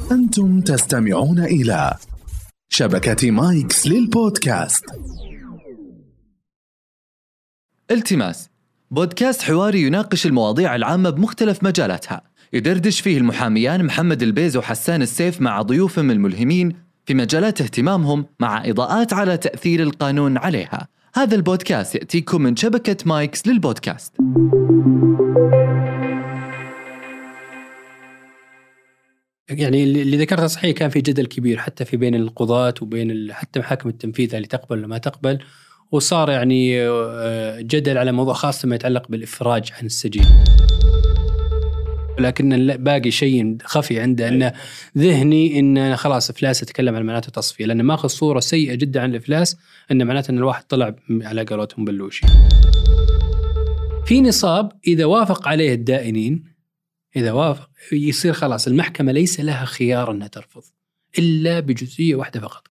أنتم تستمعون إلى شبكة مايكس للبودكاست. التماس، بودكاست حواري يناقش المواضيع العامة بمختلف مجالاتها، يدردش فيه المحاميان محمد البيز وحسان السيف مع ضيوفهم الملهمين في مجالات اهتمامهم، مع إضاءات على تأثير القانون عليها. هذا البودكاست يأتيكم من شبكة مايكس للبودكاست. يعني اللي ذكرته صحيح، كان في جدل كبير حتى في بين القضاة وبين حتى محاكم التنفيذ اللي تقبل ولا ما تقبل، وصار يعني جدل على موضوع خاص ما يتعلق بالإفراج عن السجين. لكن باقي شيء خفي عنده أنه ذهني إن خلاص إفلاس أتكلم عن معناته تصفية، لأنه ماخذ صورة سيئة جدا عن الإفلاس، أن معناته أن الواحد طلع على قولتهم بلوشي. في نصاب إذا وافق عليه الدائنين، إذا وافق يصير خلاص المحكمة ليس لها خيار أنها ترفض إلا بجزئية واحدة فقط.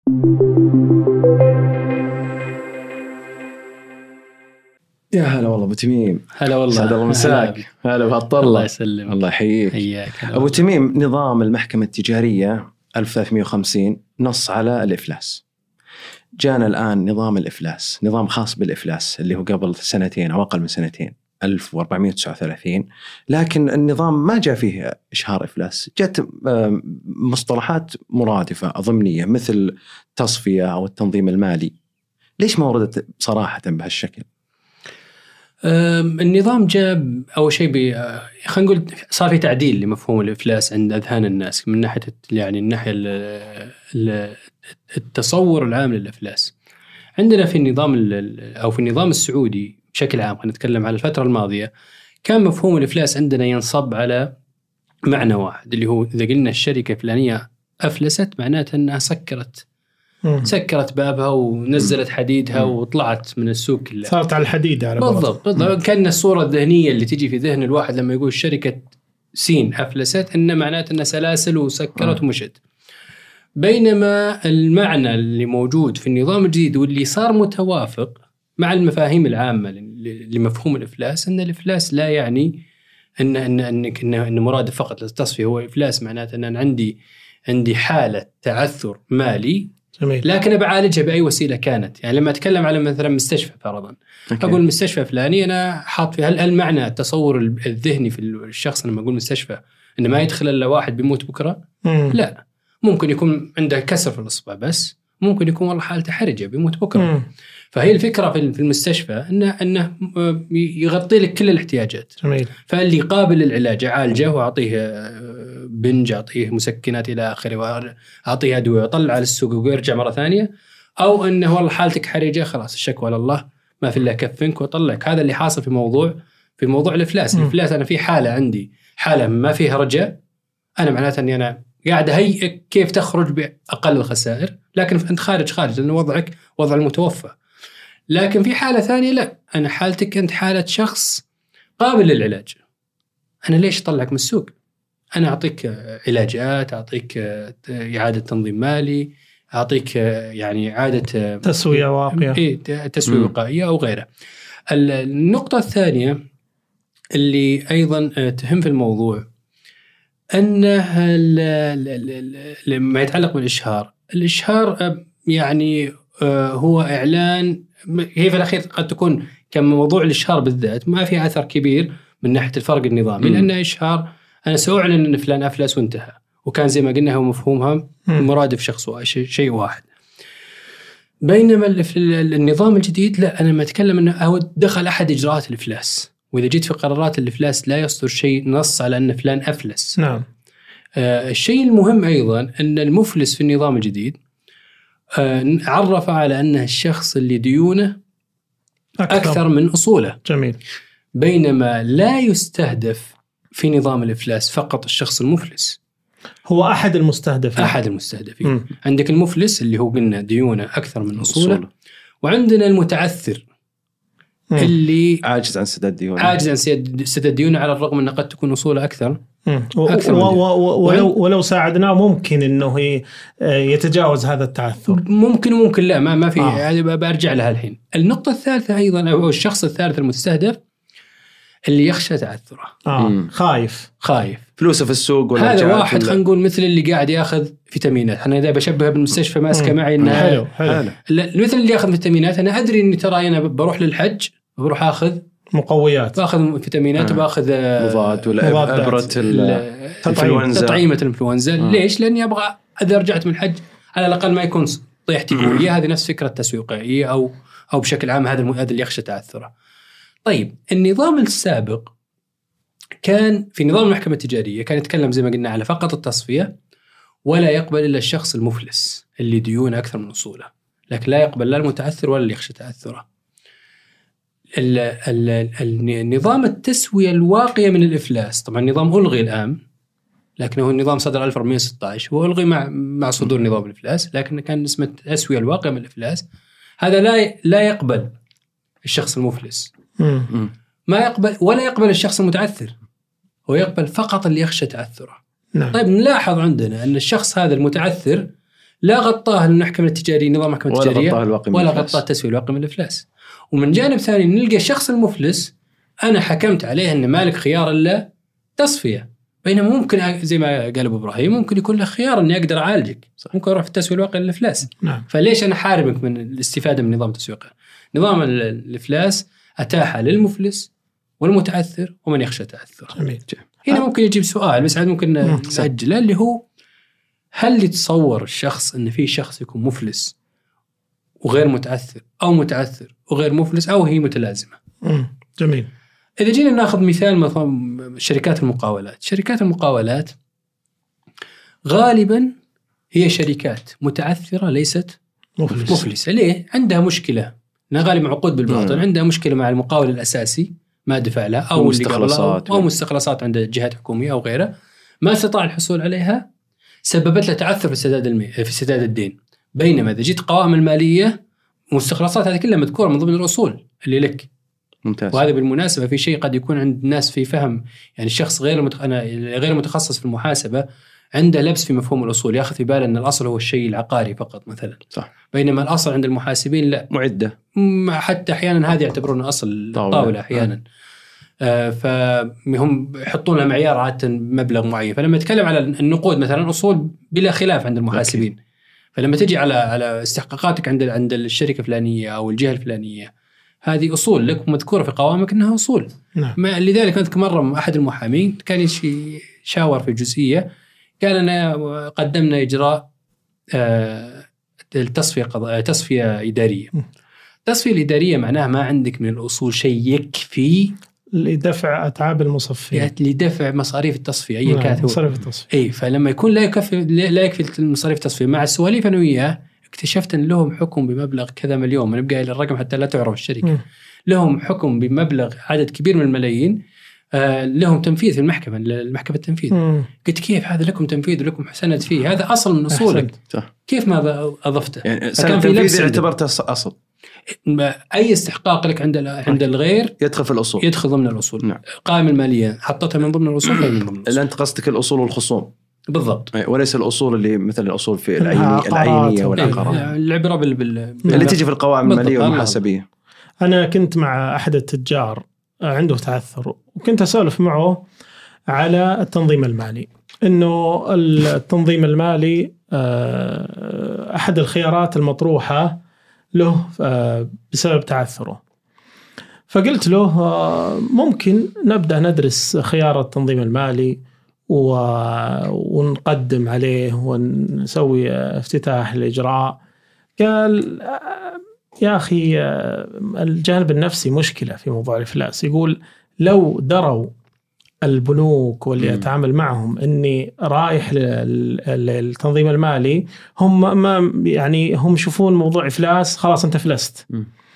يا هلا والله أبو تميم. هلا والله، سعد الله مساك. هلا وهالطلة. الله يسلم. الله يحييك. حياك. أبو تميم، نظام المحكمة التجارية 1350 نص على الإفلاس. جانا الآن نظام الإفلاس، نظام خاص بالإفلاس اللي هو قبل سنتين أو أقل من سنتين 1439، لكن النظام ما جاء فيه إشهار إفلاس، جاءت مصطلحات مرادفة ضمنية مثل تصفية أو التنظيم المالي. ليش ما وردت صراحة بهالشكل؟ النظام جاء أول شيء خلينا نقول صار في تعديل لمفهوم الإفلاس عند أذهان الناس من ناحية يعني الناحية التصور العام للإفلاس. عندنا في النظام أو في النظام السعودي بشكل عام، خلينا نتكلم على الفترة الماضية، كان مفهوم الإفلاس عندنا ينصب على معنى واحد، اللي هو إذا قلنا الشركة الفلانية أفلست معناته أنها سكرت بابها ونزلت حديدها وطلعت من السوق كله، صارت على الحديد على بالضبط. كان الصورة الذهنية اللي تجي في ذهن الواحد لما يقول شركة سين أفلست إن معناته أنها سلاسل وسكرت ومشت. بينما المعنى اللي موجود في النظام الجديد واللي صار متوافق مع المفاهيم العامة لمفهوم الإفلاس، أن الإفلاس لا يعني أن مراد فقط للتصفية. هو إفلاس معناته أن أنا عندي حالة تعثر مالي، جميل، لكن بعالجها بأي وسيلة كانت. يعني لما أتكلم على مثلا مستشفى فرضا، أقول مستشفى فلاني أنا حاط فيها، هل المعنى التصور الذهني في الشخص لما أقول مستشفى إن ما يدخل إلا واحد بيموت بكرة؟ لا، ممكن يكون عنده كسر في الإصبع، بس ممكن يكون والله حالته حرجة بيموت بكرة. فهي الفكرة في المستشفى أنه يغطي لك كل الاحتياجات. جميل. فاللي قابل للعلاج أعالجه وأعطيه بنج، أعطيه مسكنات إلى آخره، وأعطيه أدوية وأطلع على السوق ويرجع مرة ثانية، أو أنه والله حالتك حرجة خلاص الشكوى لله ما في الله كفنك وطلعك. هذا اللي حاصل في موضوع الإفلاس. الإفلاس أنا في حالة عندي حالة ما فيها رجاء، أنا معناته أني أنا قاعد هيئ كيف تخرج بأقل الخسائر، لكن أنت خارج لأن وضعك وضع المتوفى. لكن في حالة ثانية لا، أنا حالتك أنت حالة شخص قابل للعلاج، أنا ليش أطلعك من السوق؟ أنا أعطيك علاجات، أعطيك إعادة تنظيم مالي، أعطيك يعني إعادة تسوية واقعية، تسوية وقائية أو غيرها. النقطة الثانية اللي أيضا تهم في الموضوع أنه لما يتعلق بالإشهار، الإشهار يعني هو إعلان، هي في الأخير قد تكون كموضوع الإشهار بالذات ما في أثر كبير من ناحية الفرق النظامي، لأن إشهار أنا سأعلن أن فلان أفلس وانتهى، وكان زي ما قلنا هو مفهومها مرادف شخص شيء واحد. بينما النظام الجديد لا، أنا ما أتكلم أنه هو دخل أحد إجراءات الإفلاس، وإذا جيت في قرارات الإفلاس لا يصدر شيء نص على أن فلان أفلس. نعم. الشيء المهم أيضا أن المفلس في النظام الجديد عرف على أنه الشخص اللي ديونه أكثر من أصوله. جميل. بينما لا يستهدف في نظام الإفلاس فقط الشخص المفلس، هو أحد المستهدفين. عندك المفلس اللي هو قلنا ديونه أكثر من أصوله، وعندنا المتعثر اللي عاجز عن سداد ديونه على الرغم أنه قد تكون أصوله أكثر. ولو ساعدناه ممكن أنه يتجاوز هذا التعثر. ممكن لا، ما في، برجع لها الحين. النقطة الثالثة أيضا، أو الشخص الثالث المستهدف اللي يخشى تعثره. خايف فلوسه في السوق ولا هذا واحد خلينا نقول مثل اللي قاعد ياخذ فيتامينات. انا اذا بشبهها بالمستشفى ماسكه معي انها حلو. مثل اللي ياخذ فيتامينات. انا ادري اني ترى انا بروح للحج بروح اخذ مقويات، باخذ فيتامينات وباخذ مضاد ولا ابره الانفلونزا، تطعيمه الانفلونزا. ليش؟ لاني ابغى اذا رجعت من الحج على الاقل ما يكون طيحتي قويه. هذه نفس فكره تسويقيه او بشكل عام هذا اللي يخشى تعثره. طيب النظام السابق كان في نظام المحكمة التجارية كان يتكلم زي ما قلنا على فقط التصفية، ولا يقبل إلا الشخص المفلس اللي ديون أكثر من أصوله، لكن لا يقبل لا المتعثر ولا اللي يخشى تعثره. النظام التسوية الواقية من الإفلاس طبعا النظام ألغي الآن، لكنه النظام صدر 1416 وألغي مع صدور نظام الإفلاس، لكن كان اسمه التسوية الواقية من الإفلاس. هذا لا يقبل الشخص المفلس، ما يقبل ولا يقبل الشخص المتعثر، هو يقبل فقط اللي يخشى تعثره. نعم. طيب نلاحظ عندنا أن الشخص هذا المتعثر لا غطاه المحكمة التجارية نظام المحكمة التجارية ولا غطاه التسوية الواقع من الإفلاس. ومن جانب ثاني نلقى الشخص المفلس أنا حكمت عليه أن مالك خيار إلا تصفية، بينما ممكن زي ما قال أبو إبراهيم ممكن يكون له خيار أني أقدر أعالجك، ممكن أروح في التسوية الواقع للإفلاس. نعم. فليش أنا حارمك من الاستفادة من نظام التسويق؟ نظام الإفلاس أتاح للمفلس والمتعثر ومن يخشى تعثر. هنا ممكن يجيب سؤال بس عاد ممكن نسجله اللي هو هل يتصور الشخص أن في شخص يكون مفلس وغير متعثر أو متعثر وغير مفلس أو هي متلازمة؟ جميل. إذا جينا نأخذ مثال مثلا شركات المقاولات. شركات المقاولات غالبا هي شركات متعثرة ليست مفلسة. ليه؟ عندها مشكلة، غالبا عقود بالباطن، عندها مشكلة مع المقاول الأساسي ما دفع له أو مستخلصات أو مستخلصات عند جهات حكومية أو غيره ما استطاع الحصول عليها، سببت له تعثر في سداد الدين. بينما إذا جيت قوائم المالية مستخلصات هذه كلها مذكورة من ضمن الأصول اللي لك. ممتاز. وهذا بالمناسبة في شيء قد يكون عند الناس في فهم، يعني الشخص غير متخصص في المحاسبة عنده لبس في مفهوم الأصول، يأخذ في باله أن الأصل هو الشيء العقاري فقط مثلا. صح. بينما الأصل عند المحاسبين لا، معدة، حتى أحيانا هذه يعتبرون أصل طاولة أحيانا. فهم يحطون لها معيار عادة مبلغ معين. فلما يتكلم على النقود مثلا أصول بلا خلاف عند المحاسبين. أوكي. فلما تجي على استحقاقاتك عند الشركة الفلانية أو الجهة الفلانية، هذه أصول لك ومذكورة في قوامك أنها أصول. نعم. لذلك أذكر مرة أحد المحامين كان يشاور في جزئية، قال أنا قدمنا إجراء تصفية إدارية. التصفية الإدارية معناها ما عندك من الأصول شيء يكفي لدفع أتعاب المصفية، لدفع مصاريف التصفية أي كانت. مصاريف التصفية. أي، فلما يكون لا يكفي مصاريف التصفية مع السواليف أنا وياه اكتشفت أن لهم حكم بمبلغ كذا مليون، ما نبقى إلى الرقم حتى لا تعرف الشركة. لهم حكم بمبلغ عدد كبير من الملايين، لهم تنفيذ في المحكمة التنفيذ. قلت كيف هذا لكم تنفيذ ولكم سند فيه؟ هذا أصل من أصولك، كيف ما أضفته؟ يعني سند تنفيذ اعتبرته أصل. أي استحقاق لك عند الغير يدخل في الأصول، يدخل ضمن الأصول. نعم. قائمة المالية حطتها من ضمن الأصول. اللي أنت قصدك الأصول والخصوم بالضبط، وليس الأصول اللي مثل الأصول في العينية والعقارات. العبرة اللي تيجي في القوائم المالية والمحاسبية. أنا كنت مع أحد التجار عنده تعثر، وكنت أسولف معه على التنظيم المالي، إنه التنظيم المالي أحد الخيارات المطروحة له بسبب تعثره. فقلت له ممكن نبدأ ندرس خيار التنظيم المالي ونقدم عليه ونسوي افتتاح الإجراء. قال يا أخي الجانب النفسي مشكلة في موضوع الإفلاس. يقول لو دروا البنوك واللي أتعامل معهم أني رايح للتنظيم المالي، هم ما يعني هم يشوفون موضوع إفلاس خلاص أنت فلست.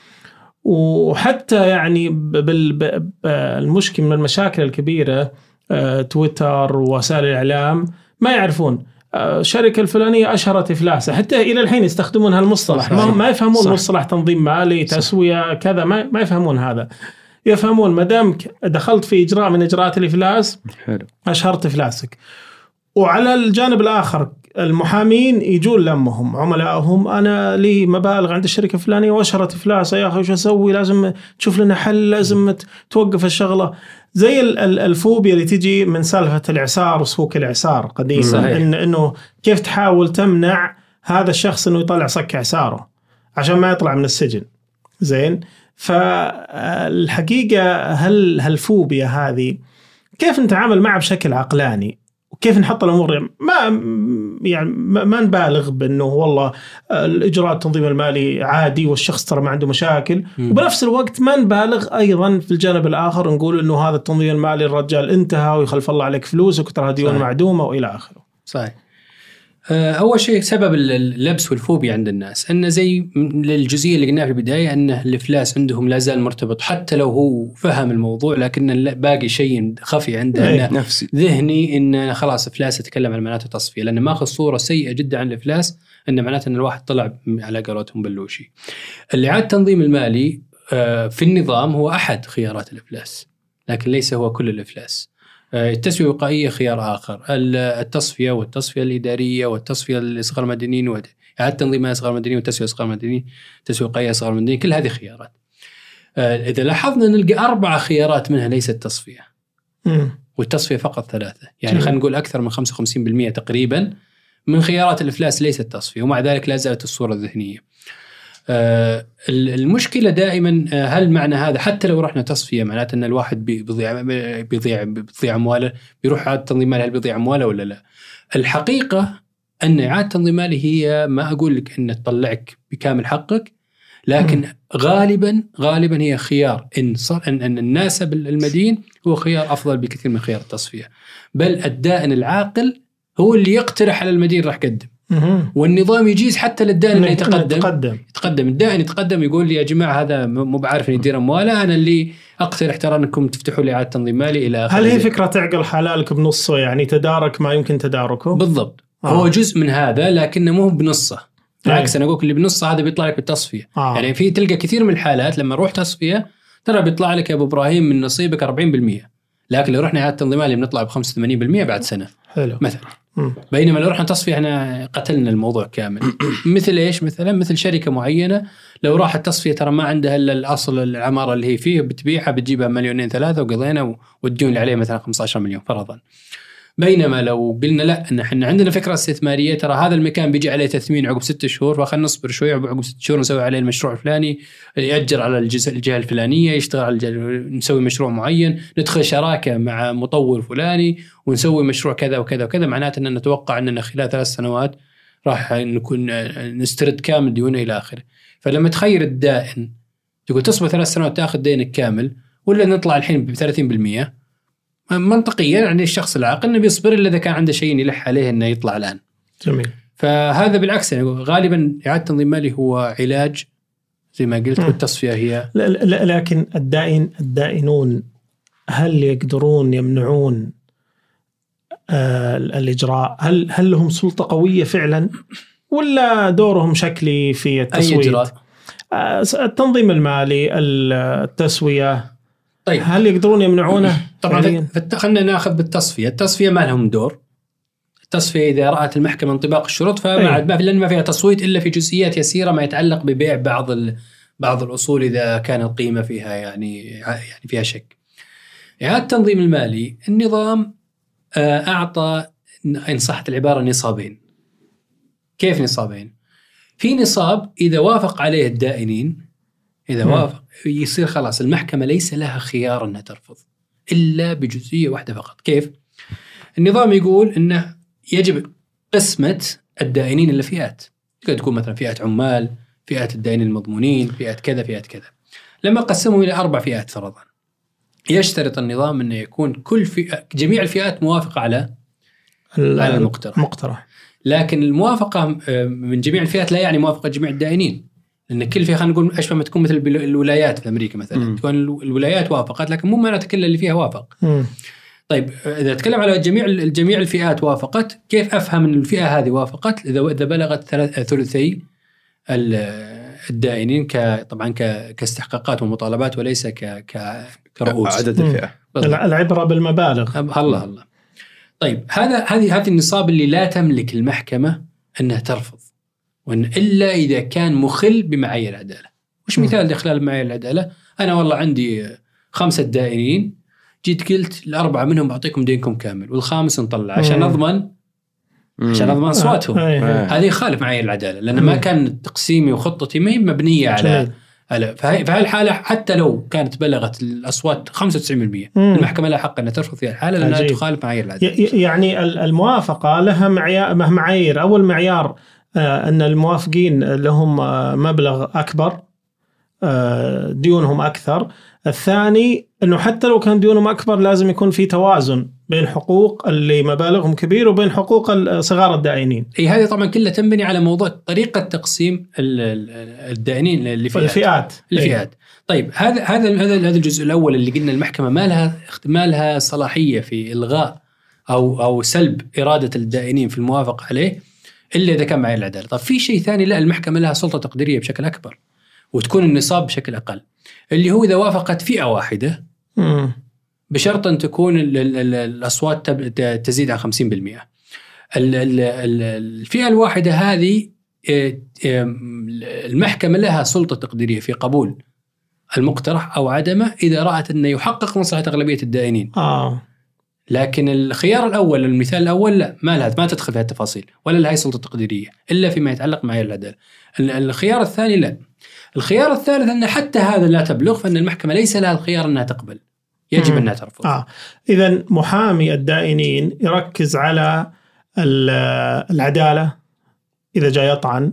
وحتى يعني المشكلة من المشاكل الكبيرة تويتر ووسائل الإعلام ما يعرفون الشركة الفلانية أشهرت إفلاسها، حتى إلى الحين يستخدمون هالمصطلح. ما يفهمون مصطلح تنظيم مالي تسوية كذا، ما يفهمون هذا. يفهمون ما دامك دخلت في إجراء من إجراءات الإفلاس أشهرت إفلاسك. وعلى الجانب الآخر المحامين يجون لمهم عملائهم، أنا لي مبالغ عند الشركة الفلانية وأشهرت إفلاسها، يا أخي وش أسوي؟ لازم تشوف لنا حل، لازم توقف الشغلة. زي الفوبيا اللي تجي من سالفة الإعسار وسفوك الإعسار قديما، إنه كيف تحاول تمنع هذا الشخص إنه يطلع صك إعساره عشان ما يطلع من السجن. زين، فالحقيقة هالفوبيا هذه كيف نتعامل معها بشكل عقلاني، وكيف نحط الأمور ما نبالغ بأنه والله الإجراء التنظيم المالي عادي والشخص ترى ما عنده مشاكل، وبنفس الوقت ما نبالغ أيضا في الجانب الآخر نقول أنه هذا التنظيم المالي الرجال انتهى ويخلف الله عليك فلوسك وترى ديون معدومة وإلى آخره. صحيح. أول شيء سبب اللبس والفوبيا عند الناس أن زي الجزئية اللي قلناها في البداية، أن الإفلاس عندهم لا زال مرتبط حتى لو هو فهم الموضوع، لكن باقي شيء خفي عنده نفسي ذهني إن خلاص إفلاس يتكلم عن معناته تصفية، لأنه ماخذ صورة سيئة جدا عن الإفلاس أن معناته أن الواحد طلع على قولتهم بلوشي. الإعادة التنظيم المالي في النظام هو أحد خيارات الإفلاس، لكن ليس هو كل الإفلاس. التسوية الوقائية خيار آخر، التصفية والتصفية الإدارية والتصفية للصغار المدنيين وإعادة تنظيم الصغار المدنيين والتسوية الصغار المدنيين، التسوية الوقائية الصغار المدنيين، كل هذه خيارات. إذا لاحظنا نلقى 4 خيارات منها ليست تصفية، والتصفية فقط 3. يعني خلينا نقول أكثر من 55% تقريبا من خيارات الإفلاس ليست تصفية، ومع ذلك لا زالت الصورة الذهنية. المشكلة دائما هل معنى هذا حتى لو رحنا تصفية معناته أن الواحد بيضيع أمواله، بيروح إعادة تنظيم مالي، هل بيضيع أمواله ولا لا؟ الحقيقة أن إعادة تنظيم مالي هي ما أقول لك أن تطلعك بكامل حقك، لكن غالبا هي خيار أن الناسب المدين هو خيار أفضل بكثير من خيار التصفية. بل الدائن العاقل هو اللي يقترح على المدين راح يقدم، والنظام يجيز حتى للدائن اللي يتقدم. الدائن يتقدم يقول لي يا جماعة هذا مو بعارف إن يدير أمواله، أنا اللي أقترح ترى أنكم تفتحوا لي إعادة تنظيم مالي إلى آخره. هل هي فكرة تعقل حلالك بنصه، يعني تدارك ما يمكن تداركه؟ بالضبط. هو جزء من هذا لكنه مو بنصه، بالعكس أنا أقولك اللي بنصه هذا بيطلع لك بالتصفية. يعني في تلقى كثير من الحالات لما نروح تصفية ترى بيطلع لك يا أبو إبراهيم من نصيبك 40%، لكن لو رحنا إعادة تنظيم مالي بنطلع ب85% بعد سنة. حلو. مثلا بينما لو رحنا تصفية احنا قتلنا الموضوع كامل. مثل ايش؟ مثل شركة معينة لو راحت تصفية ترى ما عندها الا الاصل العمارة اللي هي فيه، بتبيعها بتجيبها 2-3 وقضينا، والديون اللي عليه مثلا 15 مليون فرضا. بينما لو قلنا لا ان احنا عندنا فكرة استثمارية، ترى هذا المكان بيجي عليه تثمين عقب 6 شهور، فخلنا نصبر شوي عقب 6 شهور نسوي عليه المشروع الفلاني، يأجر على الجهة الفلانية، يشتغل على نسوي مشروع معين، ندخل شراكة مع مطور فلاني ونسوي مشروع كذا وكذا وكذا. معناته أن نتوقع أننا خلال 3 سنوات راح نكون نسترد كامل ديونه إلى آخره. فلما تخير الدائن تقول تصبر 3 سنوات تأخذ دينك كامل، ولا نطلع الحين ب30%، منطقيا يعني الشخص العاقل انه بيصبر الا اذا كان عنده شيء يلح عليه انه يطلع الان. جميل. فهذا بالعكس يعني غالبا اعاده تنظيم مالي هو علاج زي ما قلت، والتصفيه هي لا لكن الدائنون هل يقدرون يمنعون الاجراء؟ هل لهم سلطه قويه فعلا، ولا دورهم شكلي في التسوية؟ التنظيم المالي، التسويه، طيب هل يقدرون يمنعونه؟ طبعا خلينا ناخذ بالتصفيه. التصفيه ما لهم دور. التصفيه اذا رأت المحكمه انطباق الشروط لان ما فيها تصويت الا في جزئيات يسيره ما يتعلق ببيع بعض الاصول اذا كان القيمه فيها يعني فيها شك. إعادة التنظيم المالي النظام اعطى ان صحت العباره نصابين. كيف نصابين؟ في نصاب اذا وافق عليه الدائنين، إذا وافق يصير خلاص المحكمة ليس لها خيار أنها ترفض إلا بجزئية واحدة فقط. كيف؟ النظام يقول أنه يجب قسمة الدائنين إلى فئات، تكون مثلا فئات عمال، فئات الدائنين المضمونين، فئات كذا فئات كذا. لما قسموا إلى 4 فئات فرضا، يشترط النظام أنه يكون كل فئة جميع الفئات موافقة على المقترح. لكن الموافقة من جميع الفئات لا يعني موافقة جميع الدائنين، لأن كل فئة خلينا نقول أشبه ما تكون مثل الولايات في أمريكا مثلا، تكون الولايات وافقت لكن مو معناته كل اللي فيها وافق. طيب إذا نتكلم على جميع الفئات وافقت، كيف أفهم أن الفئة هذه وافقت؟ إذا بلغت 3/4 الدائنين طبعا كاستحقاقات ومطالبات وليس كرؤوس عدد الفئة. العبرة بالمبالغ. الله. طيب هذه النصاب اللي لا تملك المحكمة أنها ترفض، وإن إلا إذا كان مخل بمعايير العدالة. وش مثال إخلال معايير العدالة؟ أنا والله عندي 5 دائنين جيت قلت الأربعة منهم بعطيكم دينكم كامل والخامس نطلع عشان أضمن أصواتهم. هذه يخالف معايير العدالة، لأن ما كان تقسيمي وخطتي ما هي مبنية على فهي الحالة حتى لو كانت بلغت الأصوات 95% المحكمة لها حق أن ترفض فيها الحالة لأنها تخالف معايير العدالة. يعني الموافقة لها معايير. أول معيار أن الموافقين لهم مبلغ أكبر، ديونهم أكثر. الثاني أنه حتى لو كان ديونهم أكبر لازم يكون في توازن بين حقوق اللي مبالغهم كبير وبين حقوق صغار الدائنين. هذه طبعا كلها تنبني على موضوع طريقة تقسيم الدائنين الفئات. طيب هذا الجزء الأول اللي قلنا المحكمة ما لها صلاحية في إلغاء أو سلب إرادة الدائنين في الموافقة عليه إلا إذا كان معايير العدالة. طب في شيء ثاني، لا، المحكمة لها سلطة تقديرية بشكل أكبر وتكون النصاب بشكل أقل، اللي هو إذا وافقت فئة واحدة بشرط أن تكون الأصوات تزيد عن 50%. الفئة الواحدة هذه المحكمة لها سلطة تقديرية في قبول المقترح أو عدمه إذا رأت أنه يحقق مصلحة أغلبية الدائنين. لكن الخيار الأول، المثال الأول، لا، ما تدخل في هالتفاصيل ولا لها سلطة تقديرية إلا فيما يتعلق معايير العدالة. الخيار الثاني لا. الخيار الثالث أن حتى هذا لا تبلغ، فإن المحكمة ليس لها الخيار أنها تقبل، يجب أنها ترفض. إذن محامي الدائنين يركز على العدالة إذا جاء يطعن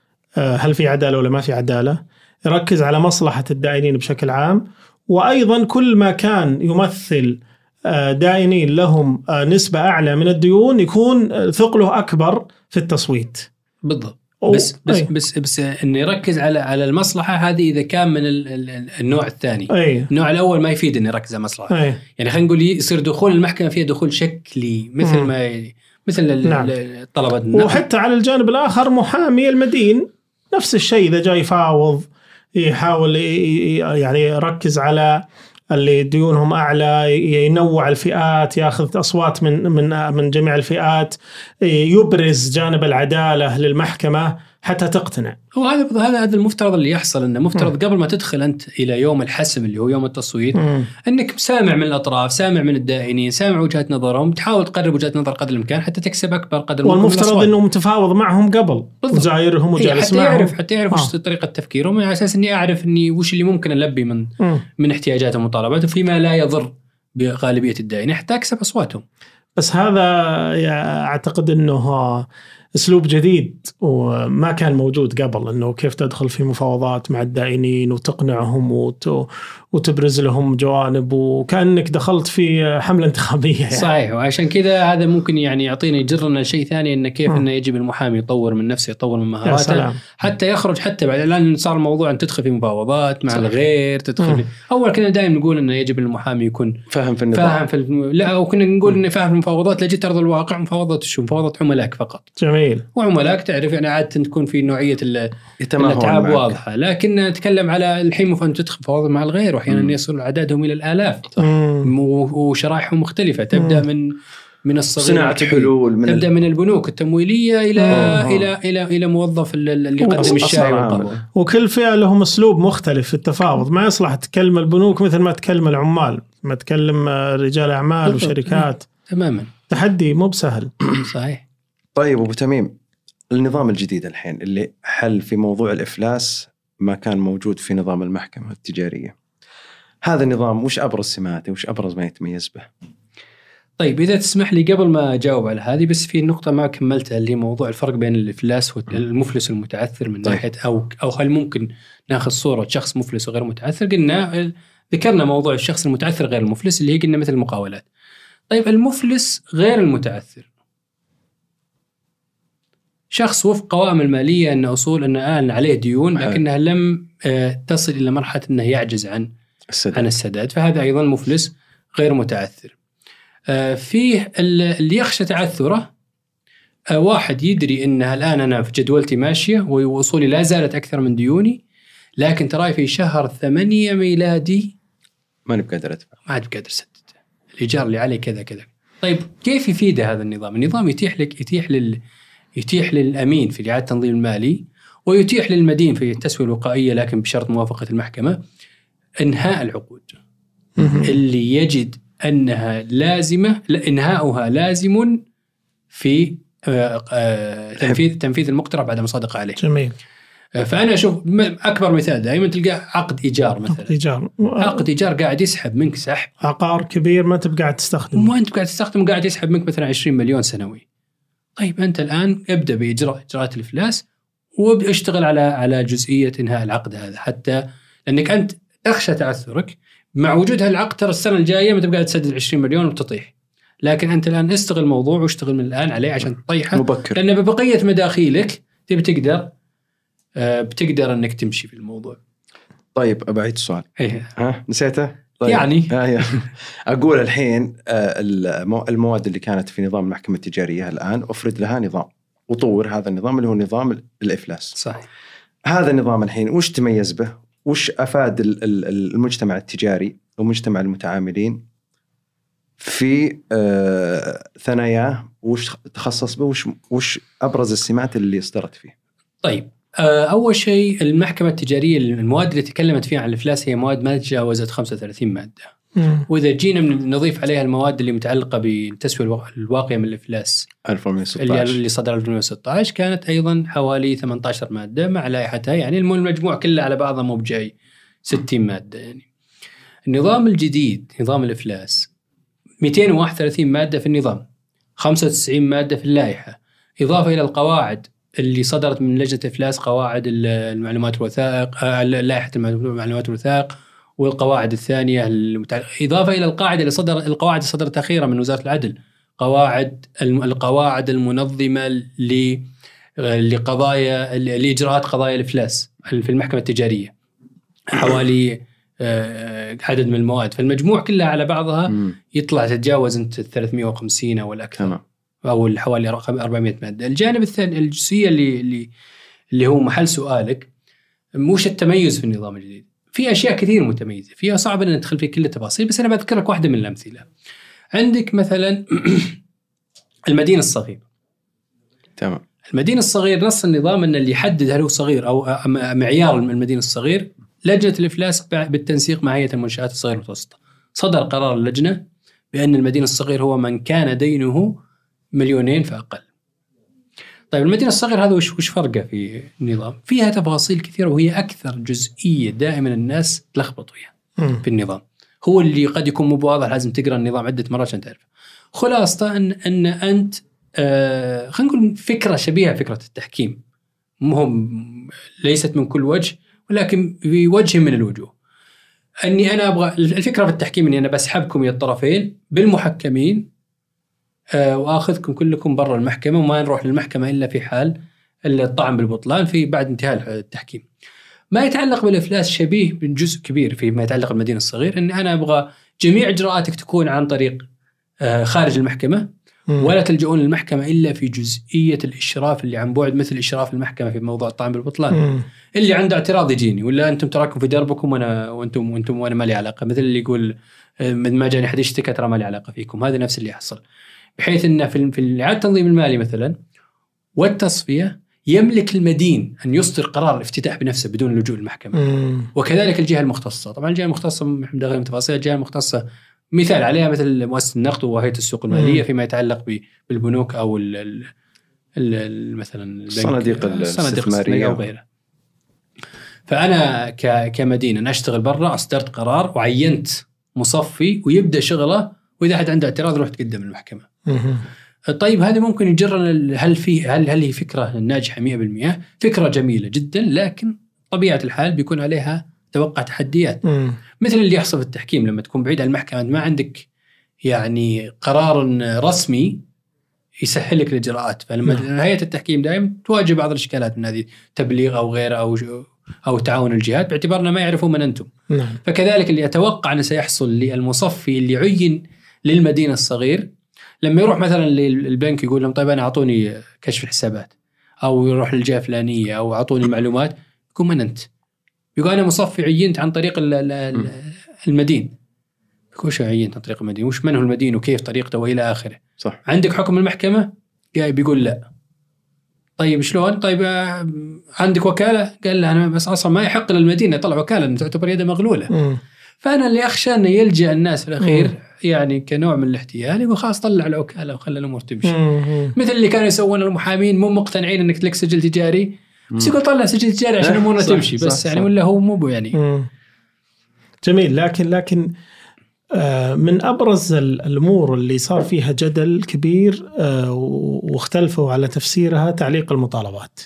هل في عدالة ولا ما في عدالة، يركز على مصلحة الدائنين بشكل عام، وأيضا كل ما كان يمثل دائنين لهم نسبة أعلى من الديون يكون ثقله أكبر في التصويت. بالضبط. بس إنه يركز على المصلحة هذه إذا كان من النوع الثاني. النوع الأول ما يفيد إنه يركز على المصلحة. يعني خلينا نقول يصير دخول المحكمة فيها دخول شكلي مثل الطلبة. وحتى على الجانب الآخر محامي المدين نفس الشيء، إذا جاي يفاوض يحاول يعني يركز على اللي ديونهم أعلى، ينوع الفئات، يأخذ أصوات من جميع الفئات، يبرز جانب العدالة للمحكمة حتى تقتنع. وهذا المفترض اللي يحصل، إنه مفترض قبل ما تدخل أنت إلى يوم الحسم اللي هو يوم التصويت أنك سامع من الأطراف، سامع من الدائنين، سامع وجهات نظرهم، تحاول تقرب وجهات نظر قدر الإمكان حتى تكسب أكبر قدر. والمفترض إنه متفاوض معهم قبل وزايرهم وجالس معهم حتى يعرف وش طريقة تفكيرهم، على أساس إني أعرف إني وش اللي ممكن ألبي من احتياجاتهم ومطالباتهم فيما لا يضر بغالبية الدائنين حتى أكسب أصواتهم. بس هذا أعتقد أنه أسلوب جديد وما كان موجود قبل، أنه كيف تدخل في مفاوضات مع الدائنين وتقنعهم وتبرز لهم جوانب، وكأنك دخلت في حملة انتخابية يعني. صحيح. وعشان كذا هذا ممكن يعني يعطينا يجرنا شيء ثاني، إنه كيف إنه يجب المحامي يطور من نفسه، يطور من مهاراته حتى يخرج، حتى بعد الآن صار الموضوع أن تدخل في مفاوضات مع الغير، تدخل أول كنا دائما نقول إنه يجب المحامي يكون فاهم في النظام، لا، وكنا نقول إنه فاهم في المفاوضات، لا جيت أرض الواقع مفاوضة عملاء فقط. جميل. وعملاء تعرف يعني عادة تكون في نوعية الأتعاب واضحة، لكن نتكلم على الحين أن تدخل مفاوضات مع الغير، وأحيانا يصل عددهم إلى الآلاف وشرائحهم مختلفة، تبدأ من الصغير، صناعة حلول، تبدأ من البنوك التمويلية إلى موظف اللي يقدم الشاي والقهوة. وكل فئة لهم أسلوب مختلف في التفاوض، ما يصلح تكلم البنوك مثل ما تكلم العمال، ما تكلم رجال أعمال وشركات. تماما. تحدي مو بسهل. صحيح. طيب أبو تميم، النظام الجديد الحين اللي حل في موضوع الإفلاس ما كان موجود في نظام المحكمة التجارية، هذا النظام وش أبرز سماته وش أبرز ما يتميز به؟ طيب إذا تسمح لي قبل ما أجاوب على هذه، بس في نقطة ما كملتها اللي موضوع الفرق بين الإفلاس والمفلس المتعثر من ناحية أو هل ممكن ناخذ صورة شخص مفلس وغير متعثر. ذكرنا موضوع الشخص المتعثر غير المفلس اللي هي قلنا مثل المقاولات. طيب المفلس غير المتعثر شخص وفق قوائم المالية أن أصول أن عليه ديون لكنها لم تصل إلى مرحلة أنه يعجز عن السداد، فهذا أيضا مفلس غير متعثر. فيه اللي يخشى تعثره، واحد يدري أنها الآن أنا في جدولتي ماشية ووصولي لا زالت أكثر من ديوني، لكن تراي في شهر 8 ميلادي ما نبقى أدفع، ما عاد بقدر أسدد الإيجار اللي عليه كذا كذا. طيب كيف يفيده هذا النظام؟ النظام يتيح للأمين في إعادة التنظيم المالي، ويتيح للمدين في التسوية الوقائية لكن بشرط موافقة المحكمة إنهاء العقود اللي يجد أنها لازمة، إنهاؤها لازم في تنفيذ المقترح بعد مصادقة عليه. جميل. فأنا أشوف أكبر مثال دائما تلقى عقد إيجار مثلا، عقد إيجار قاعد يسحب منك سحب، عقار كبير ما تبقى قاعد تستخدم، ما أنت قاعد تستخدم، قاعد يسحب منك مثلا 20 مليون سنوي. طيب أنت الآن ابدأ بإجراءات الإفلاس واشتغل على جزئية إنهاء العقد هذا، حتى لأنك أنت تخشى تعثرك مع وجود هالعقد. ترى السنة الجاية ما تبقى قاعد تسدد 20 مليون وتطيح، لكن أنت الآن استغل الموضوع واشتغل من الآن عليه عشان تطيحه مبكر، لأن ببقية مداخيلك بتقدر أنك تمشي في الموضوع. طيب أبعيد السؤال. نسيته؟ طيب. يعني أقول الحين المواد اللي كانت في نظام المحكمة التجارية الآن أفرد لها نظام وطور هذا النظام اللي هو نظام الإفلاس. صحيح. هذا النظام الحين وش تميز به؟ وش أفاد المجتمع التجاري ومجتمع المتعاملين في ثناياه؟ وش تخصص به؟ وش أبرز السمات اللي اصدرت فيه؟ طيب أول شيء المحكمة التجارية المواد اللي تكلمت فيها عن الإفلاس هي مواد ما تجاوزت 35 مادة. وإذا جينا نضيف عليها المواد اللي متعلقة بالتسوية الواقية من الإفلاس 2016 اللي صدر 2016 كانت أيضا حوالي 18 مادة مع لائحتها، يعني المجموع كله على بعضه مو بجاي 60 مادة. يعني النظام الجديد نظام الإفلاس 231 مادة في النظام، 95 مادة في اللائحة، إضافة إلى القواعد اللي صدرت من لجنة الإفلاس، قواعد المعلومات والوثائق، لائحة المعلومات والوثائق والقواعد الثانية إضافة إلى القاعدة اللي القواعد اللي صدرت أخيرا من وزارة العدل، القواعد المنظمة لقضايا لإجراءات قضايا الإفلاس في المحكمة التجارية، حوالي عدد من المواد. فالمجموع كلها على بعضها يطلع تتجاوز انت 350 أو الأكثر أو حوالي 400 مادة. الجانب الثاني الجزئية اللي هو محل سؤالك، مش التميز في النظام الجديد. في أشياء كثير متميزة فيها، صعب أن ندخل في كل التفاصيل، بس أنا بذكر لك واحدة من الأمثلة. عندك مثلا المدينة الصغير. تمام. المدينة الصغير نص النظام أن اللي يحدد هل هو صغير أو معيار المدينة الصغير لجنة الإفلاس بالتنسيق مع هيئة المنشآت الصغيرة والمتوسطة. صدر قرار اللجنة بأن المدينة الصغير هو من كان دينه 2 مليون فأقل. طيب المدينة الصغير هذا وش فرقه في النظام؟ فيها تفاصيل كثيرة، وهي أكثر جزئية دائما الناس تلخبط فيها في النظام. هو اللي قد يكون مو واضح، لازم تقرأ النظام عدة مرات عشان تعرف. خلاصة أن أنت خلينا نقول فكرة شبيهة فكرة التحكيم، مهم ليست من كل وجه ولكن في وجه من الوجوه. أني أنا أبغى الفكرة في التحكيم أني أنا بسحبكم من الطرفين بالمحكمين وآخذكم كلكم برا المحكمة، وما نروح للمحكمة إلا في حال الطعن بالبطلان في بعد انتهاء التحكيم. ما يتعلق بالإفلاس شبيه بجزء كبير فيما يتعلق بالمدينة الصغير، أن أنا أبغى جميع إجراءاتك تكون عن طريق خارج المحكمة، ولا تلجؤون للمحكمة إلا في جزئية الإشراف اللي عن بعد، مثل إشراف المحكمة في موضوع الطعن بالبطلان. اللي عنده اعتراض يجيني، ولا أنتم تراكم في دربكم وأنتم وأنا ما لي علاقة، مثل اللي يقول ما جاني حد يشتكى ترى ما لي علاقة فيكم. هذا نفس اللي يحصل، بحيث أن في إعادة التنظيم المالي مثلا والتصفية يملك المدين أن يصدر قرار الافتتاح بنفسه بدون اللجوء للمحكمة. وكذلك الجهة المختصة. طبعا الجهة المختصة محمد غير تفاصيل الجهة المختصة مثال عليها مثل مؤسسة النقد وهيئة السوق المالية فيما يتعلق بالبنوك أو مثلا الصناديق الاستثمارية أو غيرها. فأنا كمدينة أشتغل برا، أصدرت قرار وعينت مصفي ويبدأ شغله، وإذا حد عنده اعتراض روح تقدم للمحكمة. طيب هذا ممكن يجرنا هل هي فكرة ناجحة 100%؟ فكرة جميلة جدا، لكن طبيعة الحال بيكون عليها توقع تحديات. مثل اللي يحصل في التحكيم لما تكون بعيد عن المحكمة، ما عندك يعني قرار رسمي يسهل لك الإجراءات. فلما هيئة التحكيم دائما تواجه بعض الإشكالات من هذه، تبليغ أو غيره أو تعاون الجهات باعتبارنا ما يعرفون من أنتم. فكذلك اللي أتوقع أنه سيحصل للمصفي اللي عين للمدينة الصغير، لما يروح مثلا للبنك يقول لهم طيب أنا أعطوني كشف الحسابات، أو يروح للجهة الفلانية أو أعطوني المعلومات، يقول من أنت؟ يقول أنا مصفي عينت عن طريق المدين. يقول شو عينت عن طريق المدين؟ وش من هو المدين وكيف طريقته وإلى آخره؟ صح. عندك حكم المحكمة؟ بيقول لا. طيب شلون؟ طيب عندك وكالة؟ قال له أنا بس أصلا ما يحق للمدينة يطلع وكالة، تعتبر يده مغلولة. فأنا اللي أخشى أن يلجأ الناس في الأخير يعني كنوع من الاحتيال يقول خلاص طلع الوكالة وخلى الأمور تمشي. مثل اللي كانوا يسوون المحامين مو مقتنعين إنك لك سجل تجاري بس يقول طلع سجل تجاري عشان أمورنا تمشي بس صح يعني ولا هو مو يعني. جميل. لكن من أبرز الأمور اللي صار فيها جدل كبير واختلفوا على تفسيرها تعليق المطالبات.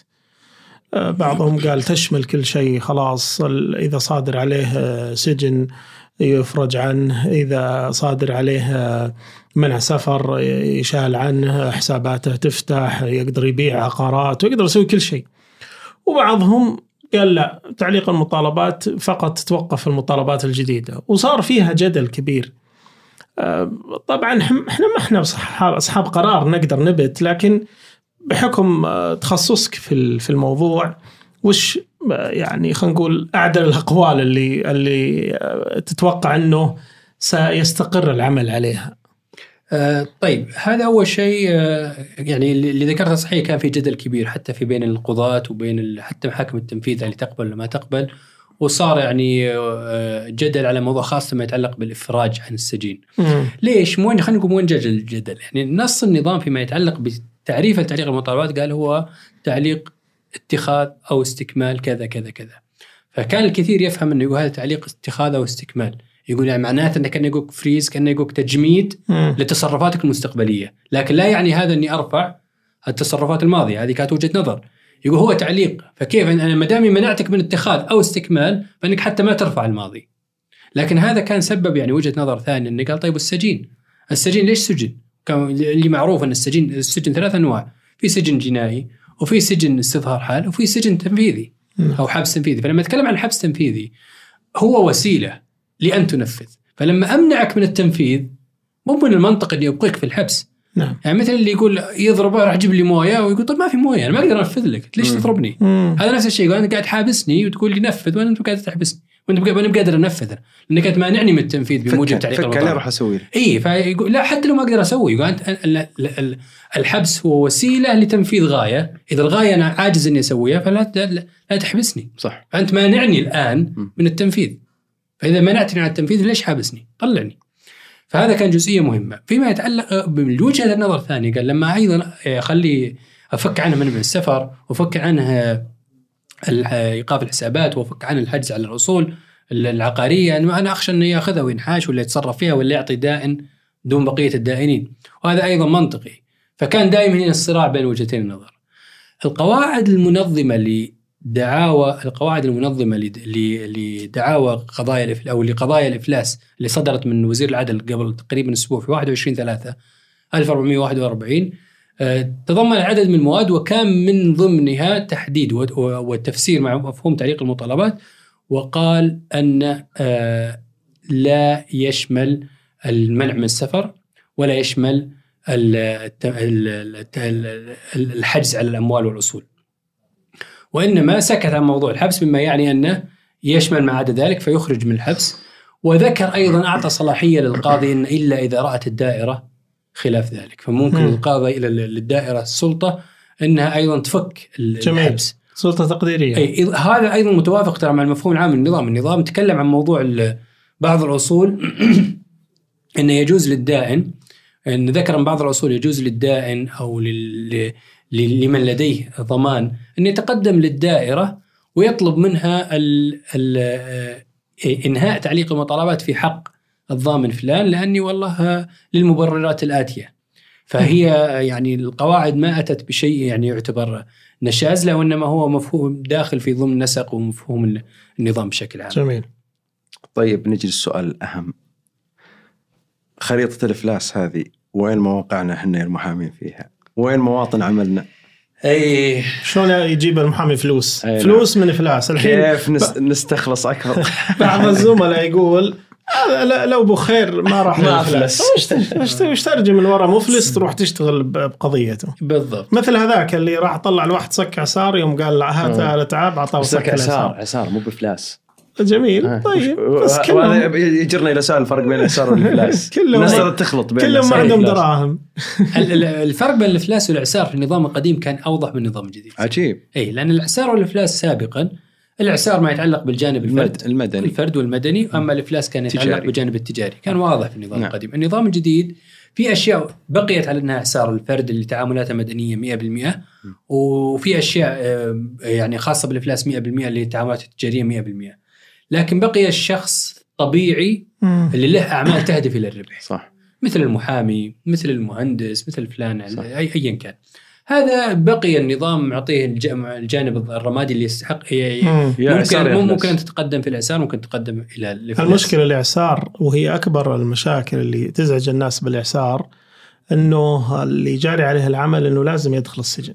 بعضهم قال تشمل كل شيء خلاص، إذا صادر عليه سجن يفرج عنه، إذا صادر عليه منع سفر يشال عنه، حساباته تفتح، يقدر يبيع عقارات ويقدر يسوي كل شيء. وبعضهم قال لا، تعليق المطالبات فقط توقف المطالبات الجديدة، وصار فيها جدل كبير. طبعا احنا أصحاب قرار نقدر نبت، لكن بحكم تخصصك في الموضوع وش يعني خلينا نقول أعدل الأقوال اللي تتوقع أنه سيستقر العمل عليها؟ طيب هذا أول شيء. يعني اللي ذكرته صحيح، كان في جدل كبير حتى في بين القضاة وبين حتى محاكم التنفيذ اللي تقبل ولا ما تقبل، وصار يعني جدل على موضوع خاص ما يتعلق بالإفراج عن السجين. ليش؟ خلينا نقول وين جاء الجدل؟ يعني نص النظام فيما يتعلق بتعريف تعليق المطالبات قال هو تعليق اتخاذ أو استكمال كذا كذا كذا. فكان الكثير يفهم أنه يقول هذا تعليق اتخاذ أو استكمال، يقول يعني معناته أنه كان يقولك فريز، كان يقولك تجميد لتصرفاتك المستقبلية، لكن لا يعني هذا أني أرفع التصرفات الماضية. هذه كانت وجهة نظر. يقول هو تعليق، فكيف أنا مدامي منعتك من اتخاذ أو استكمال فإنك حتى ما ترفع الماضي. لكن هذا كان سبب يعني وجهة نظر ثانية، أنه قال طيب السجين ليش سجن؟ كان اللي معروف أن السجن 3 أنواع، في سجن جنائي وفي سجن استظهار حال وفي سجن تنفيذي أو حبس تنفيذي. فلما أتكلم عن حبس تنفيذي هو وسيلة لأن تنفذ، فلما أمنعك من التنفيذ مو من المنطق أني أبقيك في الحبس. نعم. يعني مثل اللي يقول يضربه راح أجيب لي موية ويقول طيب ما في موية أنا ما أقدر أنفذ لك، ليش تضربني؟ هذا نفس الشيء، يقول أنت قاعد حابسني وتقول لي نفذ وأنا قاعد تحبسني وأنا قادر أنفذ لأنك أنت مانعني من التنفيذ بموجب تعليق المطالبات. فك أنا راح أسوي. فيقول لا حتى لو ما أقدر أسوي، يقول أنت الحبس هو وسيلة لتنفيذ غاية، إذا الغاية أنا عاجز إني أسويها فلا تحبسني. صح. فأنت مانعني الآن من التنفيذ، فإذا منعتني عن التنفيذ ليش حابسني؟ طلعني. فهذا كان جزئية مهمة. فيما يتعلق بوجهة النظر الثانية، قال لما أيضا خلي أفك عنه من السفر وفك عنه إيقاف الحسابات وفك عنه الحجز على الأصول العقارية، أنا أخشى أنه يأخذها وينحاش ولا يتصرف فيها ولا يعطي دائن دون بقية الدائنين، وهذا أيضا منطقي. فكان دائما هنا الصراع بين وجهتين النظر. القواعد المنظمة لدعاوى قضايا أو لقضايا الإفلاس اللي صدرت من وزير العدل قبل تقريبا أسبوع في 21/3/1441 تضمن عدد من المواد، وكان من ضمنها تحديد والتفسير مع مفهوم تعليق المطالبات، وقال أن لا يشمل المنع من السفر ولا يشمل الحجز على الأموال والأصول، وإنما سكت عن موضوع الحبس مما يعني أنه يشمل ما عدا ذلك فيخرج من الحبس. وذكر أيضا أعطى صلاحية للقاضي إن إلا إذا رأت الدائرة خلاف ذلك، فممكن القاضي إلى للدائرة السلطة أنها أيضا تفك الحبس، سلطة تقديرية. هذا أيضا متوافق ترى مع المفهوم العام النظام تكلم عن موضوع بعض الأصول أنه يجوز للدائن، أن ذكر من بعض الأصول يجوز للدائن أو لمن لديه ضمان أن يتقدم للدائرة ويطلب منها إنهاء تعليق المطالبات في حق الضامن فلان لأني والله للمبررات الآتية. فهي يعني القواعد ما أتت بشيء يعني يعتبر نشاز، وإنما هو مفهوم داخل في ضمن نسق ومفهوم النظام بشكل عام. جميل. طيب نجي للسؤال الأهم، خريطة الإفلاس هذه وين مواقعنا إحنا المحامين فيها؟ وين مواطن عملنا؟ أي شلون يجيب المحامي فلوس؟ فلوس من إفلاس الحين كيف نستخلص أكثر؟ بعض الزملاء يقول لو بخير ما راح نفلس. وش ترجم من وراء مفلس تروح تشتغل بقضيته. بالضبط. مثل هذاك اللي راح طلع الواحد صك عسار يوم قال هات تعب عطاه صك عسار مو بفلاس. جميل. طيب بس كلهم يجرنا إلى سؤال الفرق بين الإعسار والإفلاس. الناس تخلط بين كلهم عندهم دراهم. الفرق بين الإفلاس والإعسار في النظام القديم كان أوضح من النظام الجديد. عجيب. لأن الإعسار والإفلاس سابقا الإعسار ما يتعلق بالجانب المدني الفرد والمدني، أما الإفلاس كان يتعلق بالجانب التجاري. كان واضح في النظام القديم. النظام الجديد في أشياء بقيت على أنها إعسار الفرد اللي تعاملاته مدنية 100%، وفي أشياء يعني خاصة بالإفلاس 100% اللي تعاملاته تجارية 100%. لكن بقي الشخص طبيعي اللي له أعمال تهدف إلى الربح، صح، مثل المحامي، مثل المهندس، مثل فلان، أيا كان. هذا بقي النظام معطيه الجانب الرمادي اللي يستحق. ممكن أن تتقدم في الإعسار، ممكن تقدم إلى الإفلاس. المشكلة الإعسار، وهي أكبر المشاكل اللي تزعج الناس بالإعسار، أنه اللي جاري عليه العمل أنه لازم يدخل السجن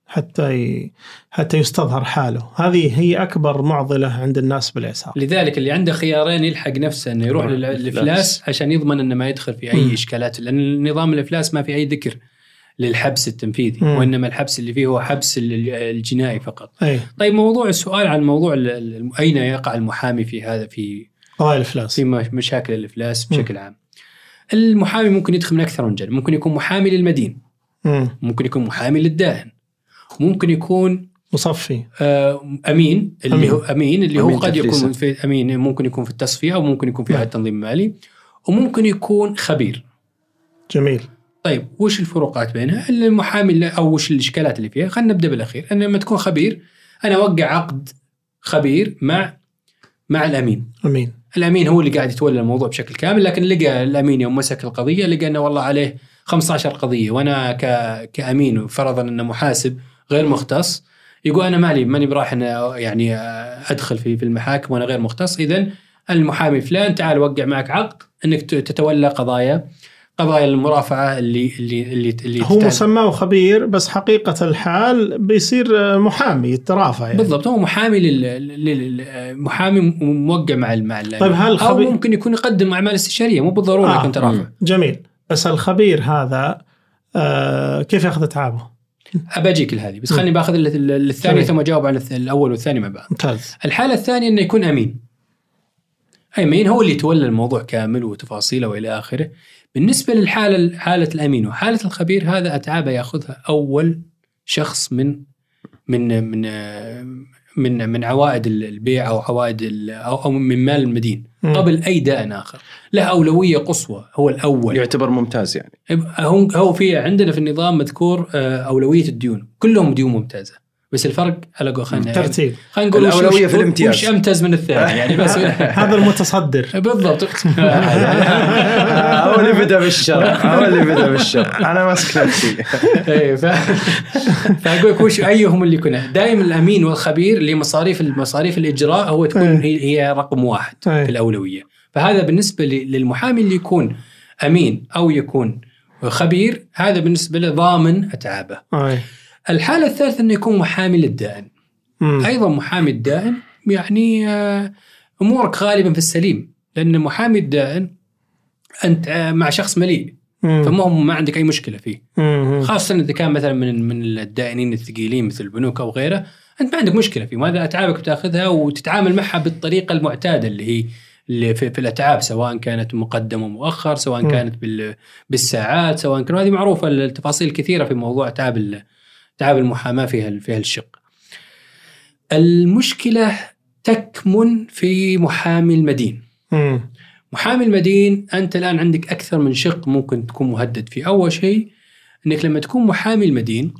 حتى يستظهر حاله. هذه هي أكبر معضلة عند الناس بالإعسار. لذلك اللي عنده خيارين يلحق نفسه أنه يروح للإفلاس عشان يضمن أنه ما يدخل في أي إشكالات، لأن نظام الإفلاس ما في أي ذكر للحبس التنفيذي، وإنما الحبس اللي فيه هو حبس الجنائي فقط. طيب، موضوع السؤال عن موضوع أين يقع المحامي في هذا، في قضايا الإفلاس، في مشاكل الإفلاس بشكل عام. المحامي ممكن يدخل من أكثر من جانب. ممكن يكون محامي للمدين، ممكن يكون محامي للدائن، ممكن يكون مصفي، أمين اللي هو أمين اللي هو قد يكون في أمين، ممكن يكون في التصفية، أو ممكن يكون في هيئة تنظيم مالي، وممكن يكون خبير. جميل. طيب، وش الفروقات بينها؟ المحامي أو وش الإشكالات اللي فيها؟ خلينا نبدأ بالأخير. أن لما تكون خبير، أنا أوقع عقد خبير مع الأمين. الأمين هو اللي قاعد يتولى الموضوع بشكل كامل، لكن لقى الأمين يوم مسك القضية لقى أنه والله عليه 15 قضية، وأنا كأمين فرضا أنه محاسب غير مختص، يقول أنا ماني براح أنا يعني أدخل في المحاكم وأنا غير مختص. إذن المحامي فلان تعال وقع معك عقد أنك تتولى قضايا المرافعة اللي هو مسماه خبير، بس حقيقة الحال بيصير محامي الترافع يعني. بالضبط، هو محامي محامي موقع مع طيب، هل أو ممكن يكون يقدم أعمال استشارية، مو بالضرورة يكون ترافع. جميل. بس الخبير هذا كيف يأخذ تعابه؟ أباجيك لهذه، بس خليني باخذ الثاني ثم أجاوب عن الأول والثاني مع بعض. ممتاز. الحالة الثانية إنه يكون أمين هو اللي يتولى الموضوع كامل وتفاصيله وإلى آخره. بالنسبة حالة الأمين وحالة الخبير، هذا أتعابه يأخذها أول شخص من عوائد البيع أو عوائد أو من مال المدين قبل أي دائن آخر، له أولوية قصوى، هو الأول، يعتبر ممتاز يعني. هو عندنا في النظام مذكور أولوية الديون، كلهم ديون ممتازة، بس الفرق على ترتيب. خلينا نقول الأولوية في الامتياز، وش أمتاز من الثاني يعني. بس هذا المتصدر بالضبط. هو اللي بدأ بالشر، أنا ماسك نفسي. فأقول وش أيهم اللي كنا دائما الأمين والخبير اللي مصاريف الإجراء هو تكون هي رقم واحد في الأولوية. فهذا بالنسبة للمحامي اللي يكون أمين أو يكون خبير، هذا بالنسبة له ضامن أتعابه. الحالة الثالثة أنه يكون محامي للدائن. أيضا محامي الدائن يعني أمورك غالبا في السليم، لأن محامي الدائن أنت مع شخص مليء، ما عندك أي مشكلة فيه، خاصة إذا كان مثلا من الدائنين الثقيلين مثل البنوك أو غيره، أنت ما عندك مشكلة فيه، وهذا أتعابك بتأخذها وتتعامل معها بالطريقة المعتادة اللي في الأتعاب، سواء كانت مقدم ومؤخر، سواء كانت بالساعات، سواء كانت، هذه معروفة التفاصيل الكثيرة في موضوع تعب المحاماة فيها الشق. المشكلة تكمن في محامي المدين. محامي المدين أنت الآن عندك أكثر من شق ممكن تكون مهدد فيه. أول شيء أنك لما تكون محامي المدين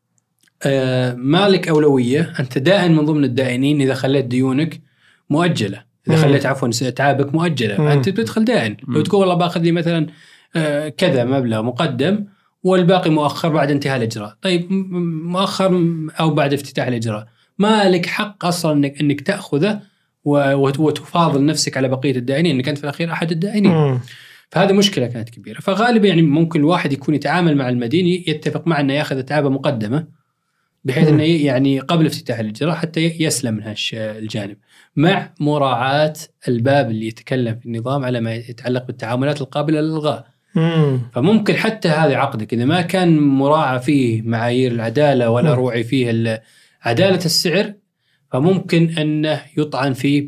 مالك أولوية، أنت دائن من ضمن الدائنين. إذا خليت ديونك مؤجلة، إذا خليت أتعابك مؤجلة، أنت بتدخل دائن. لو تقول والله باخذ لي مثلا كذا مبلغ مقدم والباقي مؤخر بعد انتهاء الإجراء، طيب مؤخر أو بعد افتتاح الإجراء، ما لك حق أصلا إنك تأخذه وتفاضل نفسك على بقية الدائنين، إنك أنت في الأخير أحد الدائنين. فهذه مشكلة كانت كبيرة. فغالبا يعني ممكن الواحد يكون يتعامل مع المدين، يتفق معه أنه يأخذ أتعابه مقدمة، بحيث أنه يعني قبل افتتاح الإجراء حتى يسلم من الجانب، مع مراعاة الباب اللي يتكلم في النظام على ما يتعلق بالتعاملات القابلة للإلغاء. فممكن حتى هذا عقدك إذا ما كان مراعى فيه معايير العدالة ولا روعي فيه عدالة السعر، فممكن أنه يطعن فيه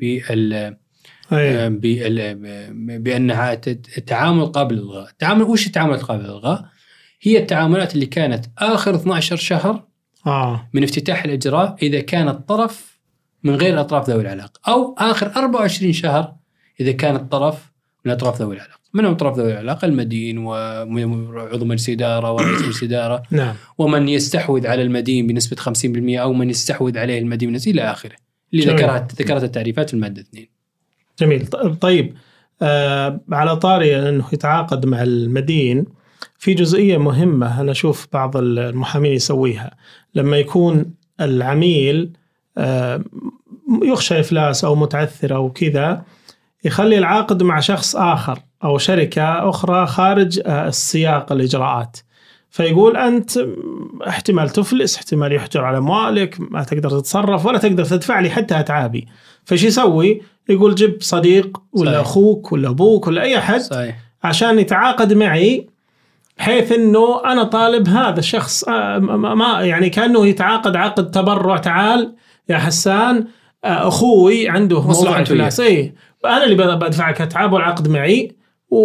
بأنها التعامل قابل للإلغاء. وش التعاملات قابل للإلغاء؟ هي التعاملات اللي كانت آخر 12 شهر من افتتاح الإجراء، إذا كان الطرف من غير أطراف ذوي العلاقة، أو آخر 24 شهر إذا كان الطرف من أطراف ذوي العلاقة. من أطراف ذوي العلاقة المدين وعضو مجلس إدارة ورئيس مجلس إدارة، نعم. ومن يستحوذ على المدين بنسبة 50% أو من يستحوذ عليه المدين إلى آخره اللي ذكرت التعريفات في المادة 2. جميل. طيب على طاري أنه يتعاقد مع المدين، في جزئية مهمة أنا أشوف بعض المحامين يسويها لما يكون العميل يخشى إفلاس أو متعثر أو كذا، يخلي العقد مع شخص آخر أو شركة أخرى خارج السياق الإجراءات، فيقول أنت احتمال تفلس، احتمال يحجر على أموالك، ما تقدر تتصرف ولا تقدر تدفع لي حتى أتعابي. فش يسوي؟ يقول جيب صديق ولا صحيح. أخوك ولا أبوك ولا أي أحد صحيح. عشان يتعاقد معي، بحيث أنه أنا طالب هذا الشخص ما يعني كأنه يتعاقد عقد تبرع، تعال يا حسان أخوي عنده موضوع إفلاس، أنا اللي بدفعك أتعاب والعقد معي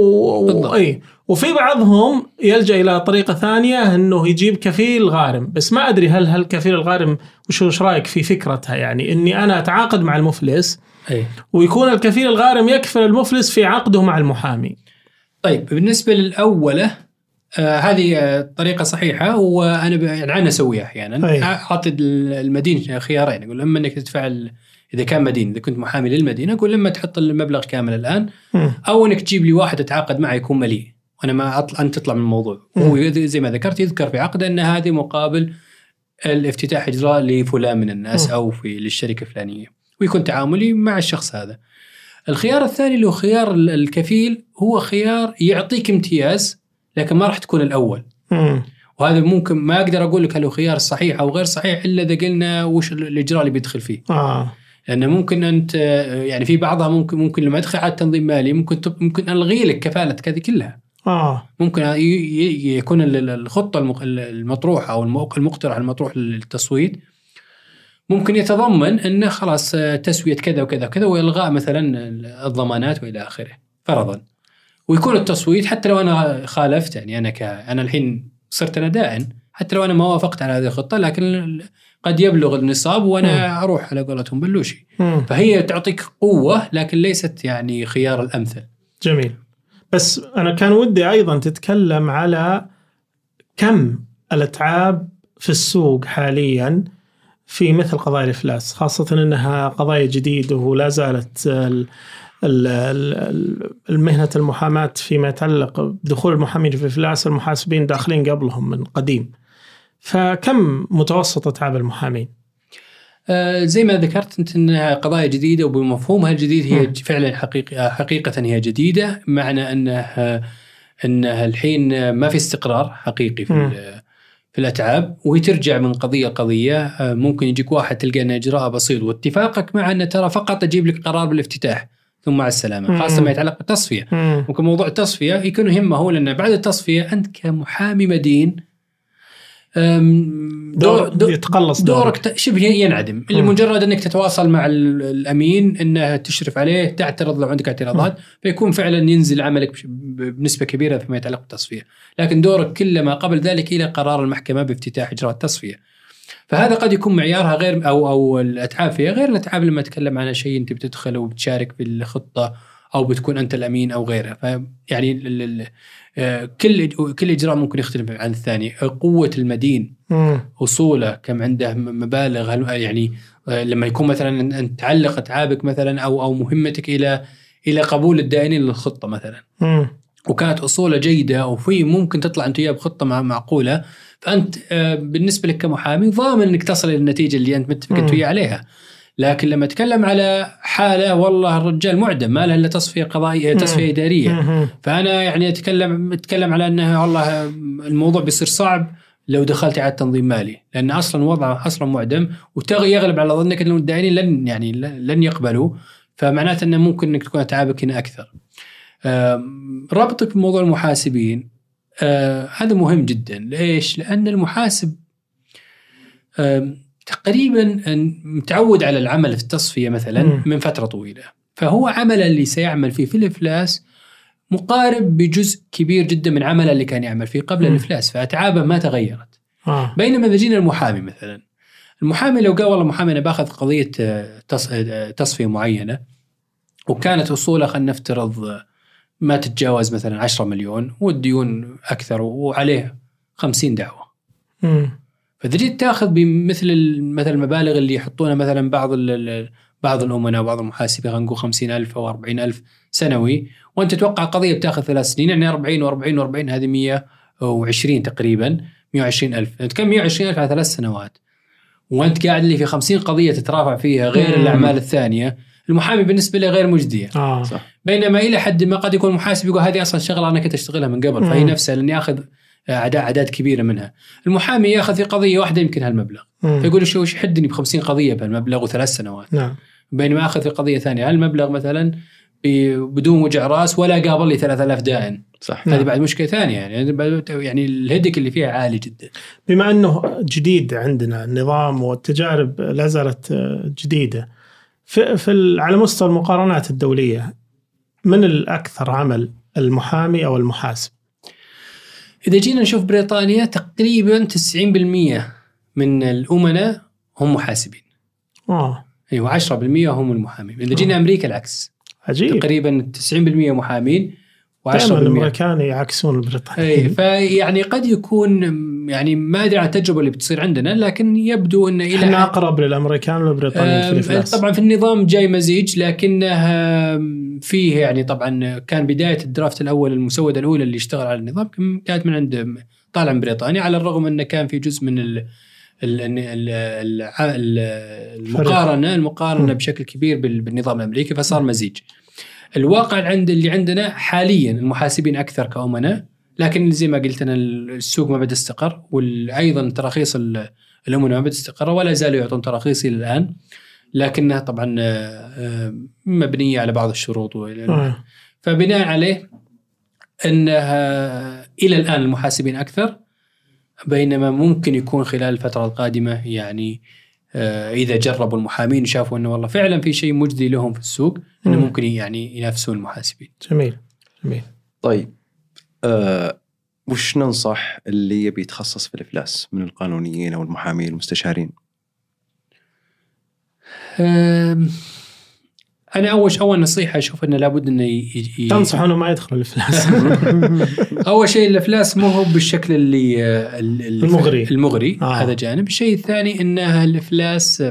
وفي بعضهم يلجأ إلى طريقة ثانية أنه يجيب كفيل غارم. بس ما أدري هل كفيل الغارم وش رأيك في فكرتها؟ يعني أني أنا أتعاقد مع المفلس ويكون الكفيل الغارم يكفل المفلس في عقده مع المحامي. طيب بالنسبة للأولى هذه طريقة صحيحة، وأنا يعني أسويها أحيانا. أعطي المدين خيارين، أقول إما أنك تدفع إذا كان مدين، إذا كنت محامي للمدينة أقول لما تحط المبلغ كامل الآن، أو أنك تجيب لي واحد أتعاقد معه يكون مليء وأنا ما أنت تطلع من الموضوع. وزي ما ذكرت يذكر في عقد أن هذه مقابل الافتتاح إجراء لفلان من الناس أو للشركة الفلانية، ويكون تعاملي مع الشخص هذا. الخيار الثاني اللي هو خيار الكفيل، هو خيار يعطيك امتياز لكن ما راح تكون الأول. وهذا ممكن ما أقدر أقول لك هل هو خيار صحيح أو غير صحيح إلا إذا قلنا وش الإجراء اللي بيدخل فيه. لأنه ممكن أنت يعني في بعضها ممكن لما أدخل على التنظيم مالي ممكن ألغي لك كفالتك هذه كلها. ممكن يكون الخطة المطروحة أو المقترح المطروح للتصويت ممكن يتضمن أنه خلاص تسوية كذا وكذا وكذا، وإلغاء مثلا الضمانات وإلى آخره فرضا، ويكون التصويت حتى لو أنا خالفت، يعني أنا الحين صرت أنا دائن حتى لو أنا ما وافقت على هذه الخطة، لكن قد يبلغ النصاب وأنا أروح على قولتهم بلوشي. فهي تعطيك قوة لكن ليست يعني خيار الأمثل. جميل. بس أنا كان ودي أيضا تتكلم على كم الأتعاب في السوق حاليا في مثل قضايا الإفلاس، خاصة أنها قضايا جديدة ولا زالت المهنة المحاماة فيما يتعلق بدخول المحامين في إفلاس المحاسبين داخلين قبلهم من قديم. فكم متوسط أتعاب المحامين؟ زي ما ذكرت أنت أنها قضايا جديدة، وبمفهومها الجديد هي فعلا حقيقة هي جديدة، معنى أنها الحين ما في استقرار حقيقي في الأتعاب، وهي ترجع من قضية قضية. ممكن يجيك واحد تلقى أن إجراء بسيط واتفاقك مع أن ترى فقط أجيب لك قرار بالافتتاح ثم مع السلامة، خاصة ما يتعلق بالتصفية. ممكن موضوع التصفية يكون همه هو، لأن بعد التصفية أنت كمحامي مدين دورك شبه ينعدم، لمجرد أنك تتواصل مع الأمين أنه تشرف عليه، تعترض لو عندك اعتراضات، فيكون فعلا ينزل عملك بنسبة كبيرة فيما يتعلق بالتصفية. لكن دورك كل ما قبل ذلك إلى قرار المحكمة بافتتاح إجراء التصفية. فهذا قد يكون معيارها غير أو الأتعاب فيها غير الأتعاب لما أتكلم عن شيء أنت بتدخل وبتشارك في الخطة أو بتكون أنت الأمين أو غيره. فيعني كل إجراء ممكن يختلف عن الثاني. قوة المدين، أصوله، كم عنده مبالغ، يعني لما يكون مثلا أنت تعلق أتعابك مثلا أو مهمتك إلى قبول الدائنين للخطة مثلا، وكانت أصوله جيدة وفي ممكن تطلع أنت وياه بخطة معقولة، فأنت بالنسبة لك كمحامي ضامن أنك تصل إلى النتيجة اللي أنت متفق أنت وياه عليها. لكن لما أتكلم على حالة والله الرجال معدم ما له إلا تصفية قضائية، تصفية إدارية، فأنا يعني أتكلم على أنه والله الموضوع بيصير صعب لو دخلت على التنظيم مالي، لأن أصلا وضعه أصلا معدم، ويغلب على ظنك أن الدائنين لن يقبلوا، فمعناته أنه ممكن أنك تكون أتعابك هنا أكثر. ربطك بموضوع المحاسبين هذا مهم جدا. ليش؟ لأن المحاسب تقريبا متعود على العمل في التصفية مثلا من فترة طويلة، فهو عمل اللي سيعمل فيه في الإفلاس مقارب بجزء كبير جدا من عمله اللي كان يعمل فيه قبل الإفلاس، فأتعابه ما تغيرت. بينما إذا جينا المحامي مثلا، المحامي لو قال والله محامي أنا باخذ قضية تصفية معينة وكانت أصولها خلينا نفترض ما تتجاوز مثلا 10 مليون والديون أكثر وعليه 50 دعوة. فإذا جيت تأخذ بمثل مثل المبالغ اللي يحطونها مثلا بعض الأمناء وبعض المحاسبين خلينا نقول 50,000 أو 40,000 سنوي، وأنت تتوقع قضية بتأخذ 3 سنين، يعني 40 و40 و40 هذه 120 تقريبا 120,000. أنت كم 120,000 على 3 سنوات وأنت قاعد لي في 50 قضية تترافع فيها غير الأعمال الثانية، المحامي بالنسبة له غير مجدية. صح. بينما إلى حد ما قد يكون المحاسب يقول هذه أصلا شغلة أنا كنت أشتغلها من قبل، فهي نفسها لأني أخذ أعداد كبيرة منها. المحامي يأخذ في قضية واحدة يمكن هالمبلغ، فيقول شو يحدني ب50 قضية بهالمبلغ و3 سنوات. نعم. بينما أخذ في قضية ثانية هالمبلغ مثلا بدون وجع راس ولا قابل لي 3000 دائن. صح. هذه بعد مشكلة ثانية، يعني الهدك اللي فيها عالي جدا. بما أنه جديد عندنا النظام والتجارب لا زالت جديدة، على مستوى المقارنات الدولية من الأكثر عمل المحامي أو المحاسب؟ إذا جينا نشوف بريطانيا تقريبا 90% من الأمناء هم محاسبين. أيوة 10% هم المحامين. إذا جينا أمريكا العكس. عجيب. تقريبا 90% محامين و10% الأمريكان يعكسون البريطانيين. فيعني قد يكون يعني ما أدري عن التجربة اللي بتصير عندنا، لكن يبدو أن إحنا أقرب للأمريكان والبريطانيين في الإفلاس. طبعا في النظام جاي مزيج، لكنها فيه يعني طبعا كان بداية الدرافت الأول المسودة الأولى اللي اشتغل على النظام كانت من عند طالع من بريطانيا، على الرغم أنه كان في جزء من المقارنة بشكل كبير بالنظام الأمريكي، فصار مزيج. الواقع اللي عندنا حاليا المحاسبين أكثر كأمناء، لكن زي ما قلت أنا السوق ما بدأ استقر، وأيضا تراخيص الأمناء ما بدأ استقر ولا زالوا يعطون تراخيص إلى الآن، لكنها طبعا مبنية على بعض الشروط فبناء عليه أنها إلى الآن المحاسبين أكثر، بينما ممكن يكون خلال الفترة القادمة يعني إذا جربوا المحامين شافوا أنه والله فعلا في شيء مجدي لهم في السوق أنه ممكن يعني ينافسون المحاسبين. جميل. طيب وش ننصح اللي يبي يتخصص في الإفلاس من القانونيين أو المحامين المستشارين؟ أنا أول نصيحة أشوف أنه لابد أنه تنصح أنه ما يدخل الإفلاس. أول شيء الإفلاس مو هو بالشكل اللي المغري. هذا جانب. الشيء الثاني أنها الإفلاس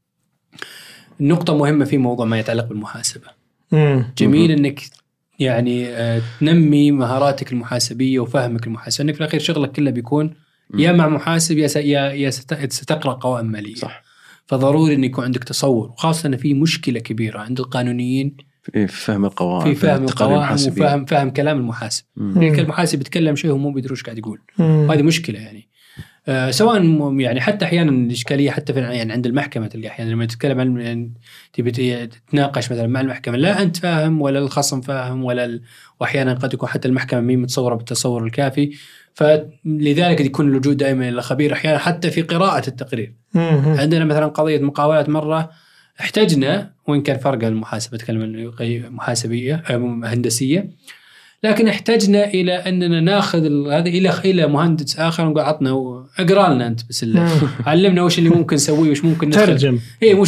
نقطة مهمة في موضوع ما يتعلق بالمحاسبة. جميل أنك يعني تنمي مهاراتك المحاسبية وفهمك المحاسبة، أنك في الأخير شغلك كله بيكون يا مع محاسب يا ستقرأ قوائم مالية. صح. فضروري أن يكون عندك تصور، وخاصة أن في مشكلة كبيرة عند القانونيين في فهم القوائم، في فهم القوائم وفهم كلام المحاسب. المحاسب يتكلم شيء ومو بيدروش قاعد يقول، وهذه مشكلة يعني. سواء يعني حتى أحيانا الإشكالية حتى في يعني عند المحكمة تلقى أحيانا لما تتكلم عن يعني تبي تتناقش مثلا مع المحكمة لا أنت فاهم ولا الخصم فاهم وأحيانا قد يكون حتى المحكمة مين متصورة بالتصور الكافي، فلذلك يكون اللجوء دائما إلى خبير أحيانا حتى في قراءة التقرير. عندنا مثلا قضية مقاولات مرة احتجنا، وإن كان فرق المحاسبة تكلم محاسبية هندسية، لكن احتجنا إلى أننا ناخذ هذا إلى مهندس آخر ونقول عطنا اقرأ لنا أنت بس علمنا وش اللي ممكن نسويه وش ممكن ترجم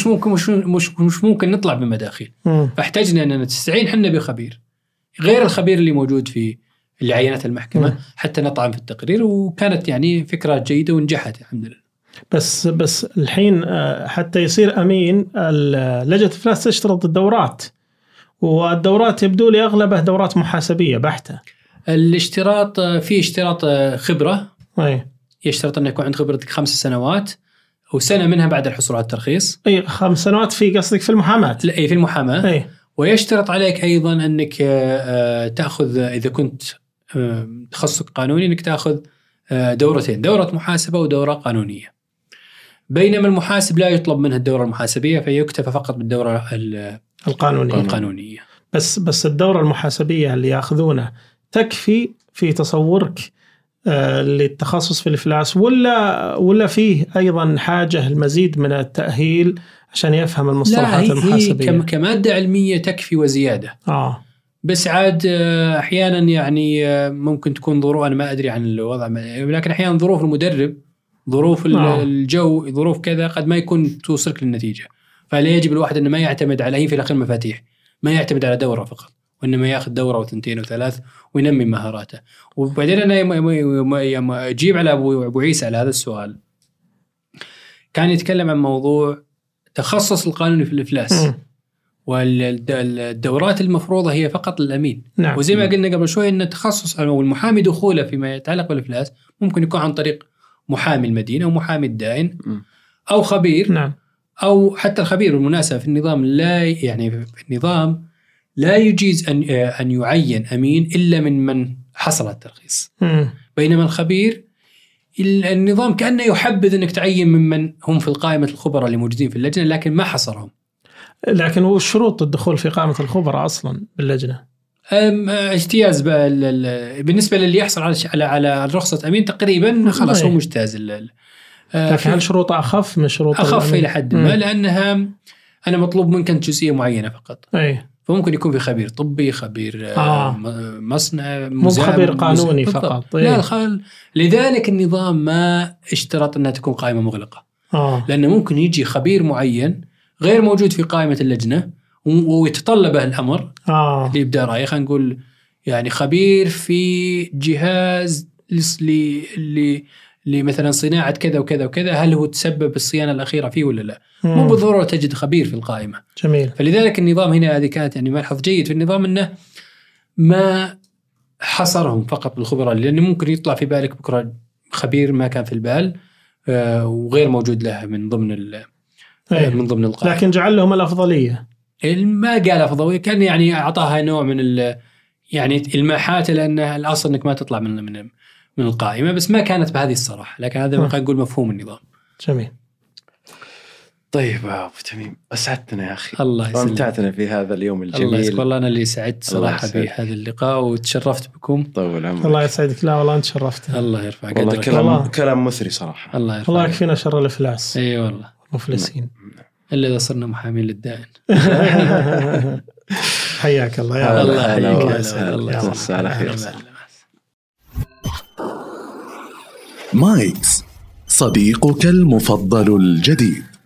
مش ممكن نطلع بمداخل. فاحتجنا أننا نستعين حنا بخبير غير الخبير اللي موجود في اللي عينت المحكمة حتى نطعن في التقرير، وكانت يعني فكرة جيدة ونجحت الحمد لله. بس الحين حتى يصير أمين لجنة الإفلاس تشترط الدورات، والدورات يبدو لي أغلبها دورات محاسبية بحتة. الاشتراط في اشتراط خبرة. أي. يشترط أن يكون عند خبرتك 5 سنوات وسنة منها بعد الحصول على الترخيص. أي 5 سنوات في قصدك في المحاماة؟ لا في المحاماة. أي. ويشترط عليك أيضا أنك تأخذ إذا كنت تخصصك قانوني أنك تأخذ دورتين، دورة محاسبة ودورة قانونية. بينما المحاسب لا يطلب منه الدورة المحاسبية، فيكتفى فقط بالدورة القانونية. بس الدورة المحاسبية اللي يأخذونه تكفي في تصورك للتخصص في الإفلاس، ولا فيه أيضا حاجة المزيد من التأهيل عشان يفهم المصطلحات المحاسبية؟ هي كمادة علمية تكفي وزيادة. بس عاد أحيانا يعني ممكن تكون ظروف، أنا ما أدري عن الوضع، لكن أحيانا ظروف المدرب ظروف الجو، ظروف كذا، قد ما يكون توصلك للنتيجة. فلا يجب الواحد أنه ما يعتمد على أي في الأخير مفاتيح، ما يعتمد على دورة فقط، وإنما يأخذ دورة وثنتين وثلاث وينمي مهاراته. وبعدين أنا أجيب على أبو عيسى على هذا السؤال، كان يتكلم عن موضوع تخصص القانوني في الإفلاس، والدورات المفروضة هي فقط للأمين. نعم. وزي ما قلنا قبل شوي أن التخصص أو المحامي دخوله فيما يتعلق بالإفلاس ممكن يكون عن طريق محامي المدينة أو محامي الدائن أو خبير. نعم. أو حتى الخبير بالمناسبة في النظام في النظام لا يجيز أن يعين أمين إلا من حصل الترخيص. بينما الخبير النظام كأنه يحبذ أنك تعين ممن هم في قائمة الخبراء اللي موجودين في اللجنة، لكن ما حصرهم. لكن هو شروط الدخول في قائمة الخبراء أصلا باللجنة اجتياز بالنسبة للي يحصل على رخصة أمين تقريبا خلاص هو مجتاز. لكن هل شروط أخف من شروط أخف إلى حد ما، لأنها أنا مطلوب منك جزئية معينة فقط. فممكن يكون في خبير طبي، خبير مصنع، مو خبير قانوني فقط. لا لذلك النظام ما اشترط أنها تكون قائمة مغلقة. لأنه ممكن يجي خبير معين غير موجود في قائمة اللجنة ويتطلبه الأمر لإبداء رأيه. خلينا نقول يعني خبير في جهاز مثلا صناعة كذا وكذا وكذا، هل هو تسبب الصيانة الأخيرة فيه ولا لا؟ مو بالضرورة تجد خبير في القائمة. جميل. فلذلك النظام هنا هذه كانت يعني ملحظ جيد في النظام أنه ما حصرهم فقط بالخبراء، لأنه ممكن يطلع في بالك بكرة خبير ما كان في البال وغير موجود له من ضمن القائمة. لكن جعل لهم الأفضلية. ما قال أفضلية، كان يعني أعطاها نوع من يعني الماحات، لأن الأصل أنك ما تطلع من القائمة، بس ما كانت بهذه الصراحة. لكن هذا ما نقول مفهوم النظام. جميل. طيب أبو تميم أسعدتنا يا أخي، الله يسلمك، وامتعتنا في هذا اليوم الجميل. الله يسلمك، والله أنا اللي سعدت صراحة بهذا اللقاء وتشرفت بكم. طول عمرك. الله يسعدك. لا والله أنت شرفت. الله يرفع قدرك. كلام مثري صراحة. الله يكفينا شر الإفلاس. أي والله مفلسين إلا إذا صرنا محامين للدائن. حياك الله يا الله يحييك. الله على خير. مايكس صديقك المفضل الجديد.